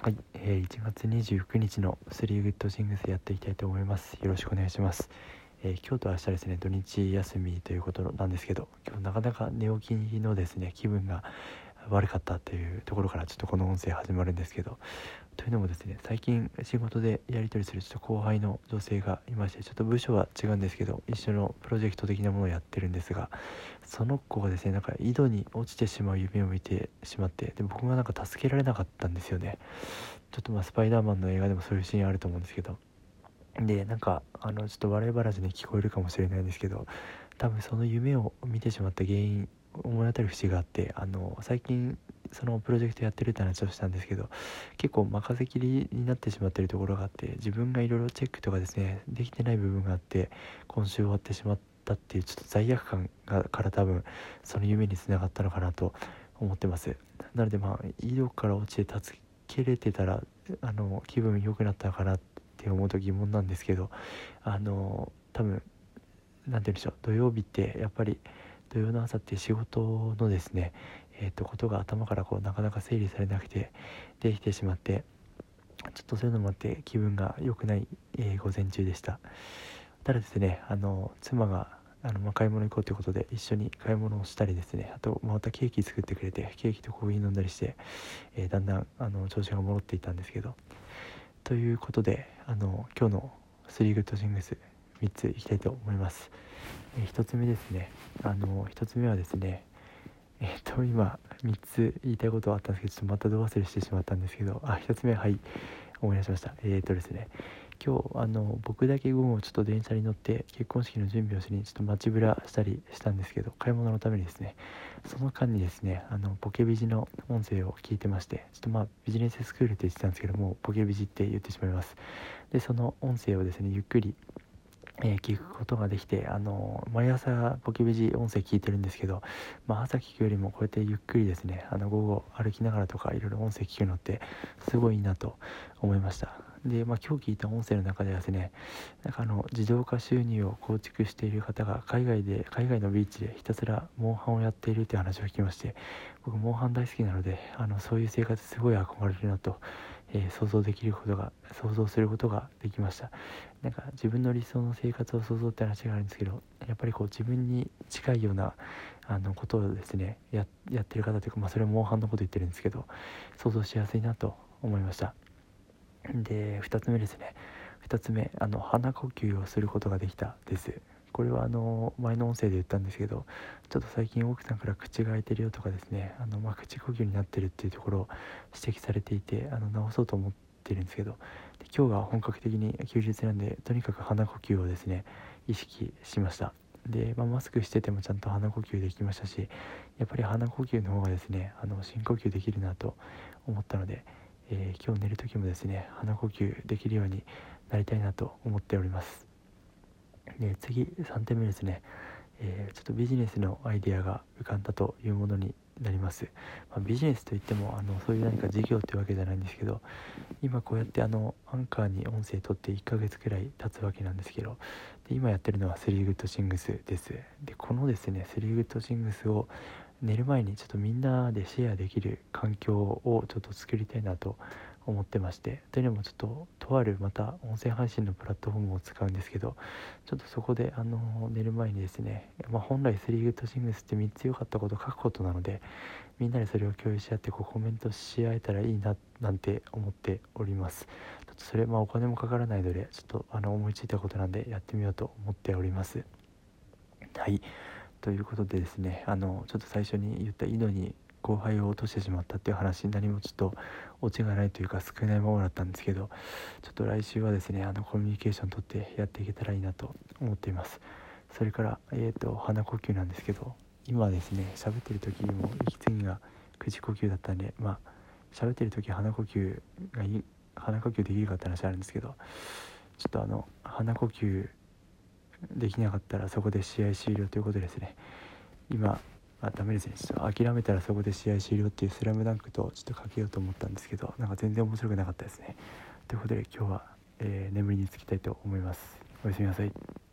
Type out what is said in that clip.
はい、1月29日のスリーグッドシングスやっていきたいと思います。よろしくお願いします。今日と明日ですね、土日休みということなんですけど、今日なかなか寝起きのですね、気分が悪かったというところからちょっとこの音声始まるんですけど、というのもですね、最近仕事でやり取りするちょっと後輩の女性がいまして、ちょっと部署は違うんですけど、一緒のプロジェクト的なものをやってるんですが、その子がですね、井戸に落ちてしまう夢を見てしまって、で僕が助けられなかったんですよね。ちょっとスパイダーマンの映画でもそういうシーンあると思うんですけど、でちょっと笑い話に聞こえるかもしれないんですけど、多分その夢を見てしまった原因、思い当たる節があって、最近そのプロジェクトやってるって話をしたんですけど、結構任せきりになってしまっているところがあって、自分がいろいろチェックとかですねできてない部分があって、今週終わってしまったっていうちょっと罪悪感から多分その夢につながったのかなと思ってます。なので井戸から落ちて助けれてたら気分良くなったのかなって思うと疑問なんですけど、多分なんて言うんでしょう、土曜日ってやっぱり土曜の朝って仕事のですねことが頭からなかなか整理されなくてできてしまって、ちょっとそういうのもあって気分が良くない、午前中でした。ただですね、妻が買い物行こうということで一緒に買い物をしたりですね、あとまたケーキ作ってくれてケーキとコーヒー飲んだりして、だんだん調子が戻っていったんですけど、ということで今日のスリーグッドシングス3ついきたいと思います。1つ目ですね、1つ目はですね、今3つ言いたいことはあったんですけど、ちょっとまたど忘れしてしまったんですけど、1つ目、はい思い出しました。ですね、今日僕だけ午後ちょっと電車に乗って結婚式の準備をしにちょっと街ぶらしたりしたんですけど、買い物のためにですね、その間にですねポケビジの音声を聞いてまして、ちょっとビジネススクールって言ってたんですけども、ポケビジって言ってしまいます。でその音声をですねゆっくり聞くことができて、毎朝ポケベジ音声聞いてるんですけど、朝聞くよりもこうやってゆっくりですね午後歩きながらとかいろいろ音声聞くのってすごいいいなと思いました。で、今日聞いた音声の中ではですね、自動化収入を構築している方が海外のビーチでひたすらモンハンをやっているという話を聞きまして、僕モンハン大好きなのでそういう生活すごい憧れるなと、想像することができました。自分の理想の生活を想像って話があるんですけど、やっぱり自分に近いようなことをですねやってる方というか、それもモンハンのこと言ってるんですけど、想像しやすいなと思いました。で2つ目ですね、2つ目鼻呼吸をすることができたです。これは前の音声で言ったんですけど、ちょっと最近奥さんから口が開いてるよとかですね、口呼吸になってるっていうところを指摘されていて、直そうと思ってるんですけど、で今日が本格的に休日なんで、とにかく鼻呼吸をですね意識しました。で、マスクしててもちゃんと鼻呼吸できましたし、やっぱり鼻呼吸の方がですね深呼吸できるなと思ったので、今日寝る時もですね鼻呼吸できるようになりたいなと思っております。で次3点目ですね、ちょっとビジネスのアイデアが浮かんだというものになります。ビジネスといってもそういう何か事業っていうわけじゃないんですけど、今こうやってアンカーに音声取って1ヶ月くらい経つわけなんですけど、で今やってるのはスリーグッドシングスです。でこのですねスリーグッドシングスを寝る前にちょっとみんなでシェアできる環境をちょっと作りたいなと思ってまして、というのもちょっとあるまた音声配信のプラットフォームを使うんですけど、ちょっとそこで寝る前にですね、本来スリーグッドシングスって3つ良かったことを書くことなので、みんなでそれを共有し合ってコメントし合えたらいいななんて思っております。ちょっとそれお金もかからないので、ちょっと思いついたことなんでやってみようと思っております。はい、ということでですね、ちょっと最初に言った井戸に後輩を落としてしまったっていう話、何もちょっとオチがないというか少ないままだったんですけど、ちょっと来週はですねコミュニケーション取ってやっていけたらいいなと思っています。それから鼻呼吸なんですけど、今ですね喋ってる時にも息継ぎが口呼吸だったんで、喋ってる時鼻呼吸できるかって話あるんですけど、ちょっと鼻呼吸できなかったらそこで試合終了ということですね。今ダメですね、ちょっと諦めたらそこで試合終了っていうスラムダンクとちょっとかけようと思ったんですけど、全然面白くなかったですね。ということで今日は、眠りにつきたいと思います。おやすみなさい。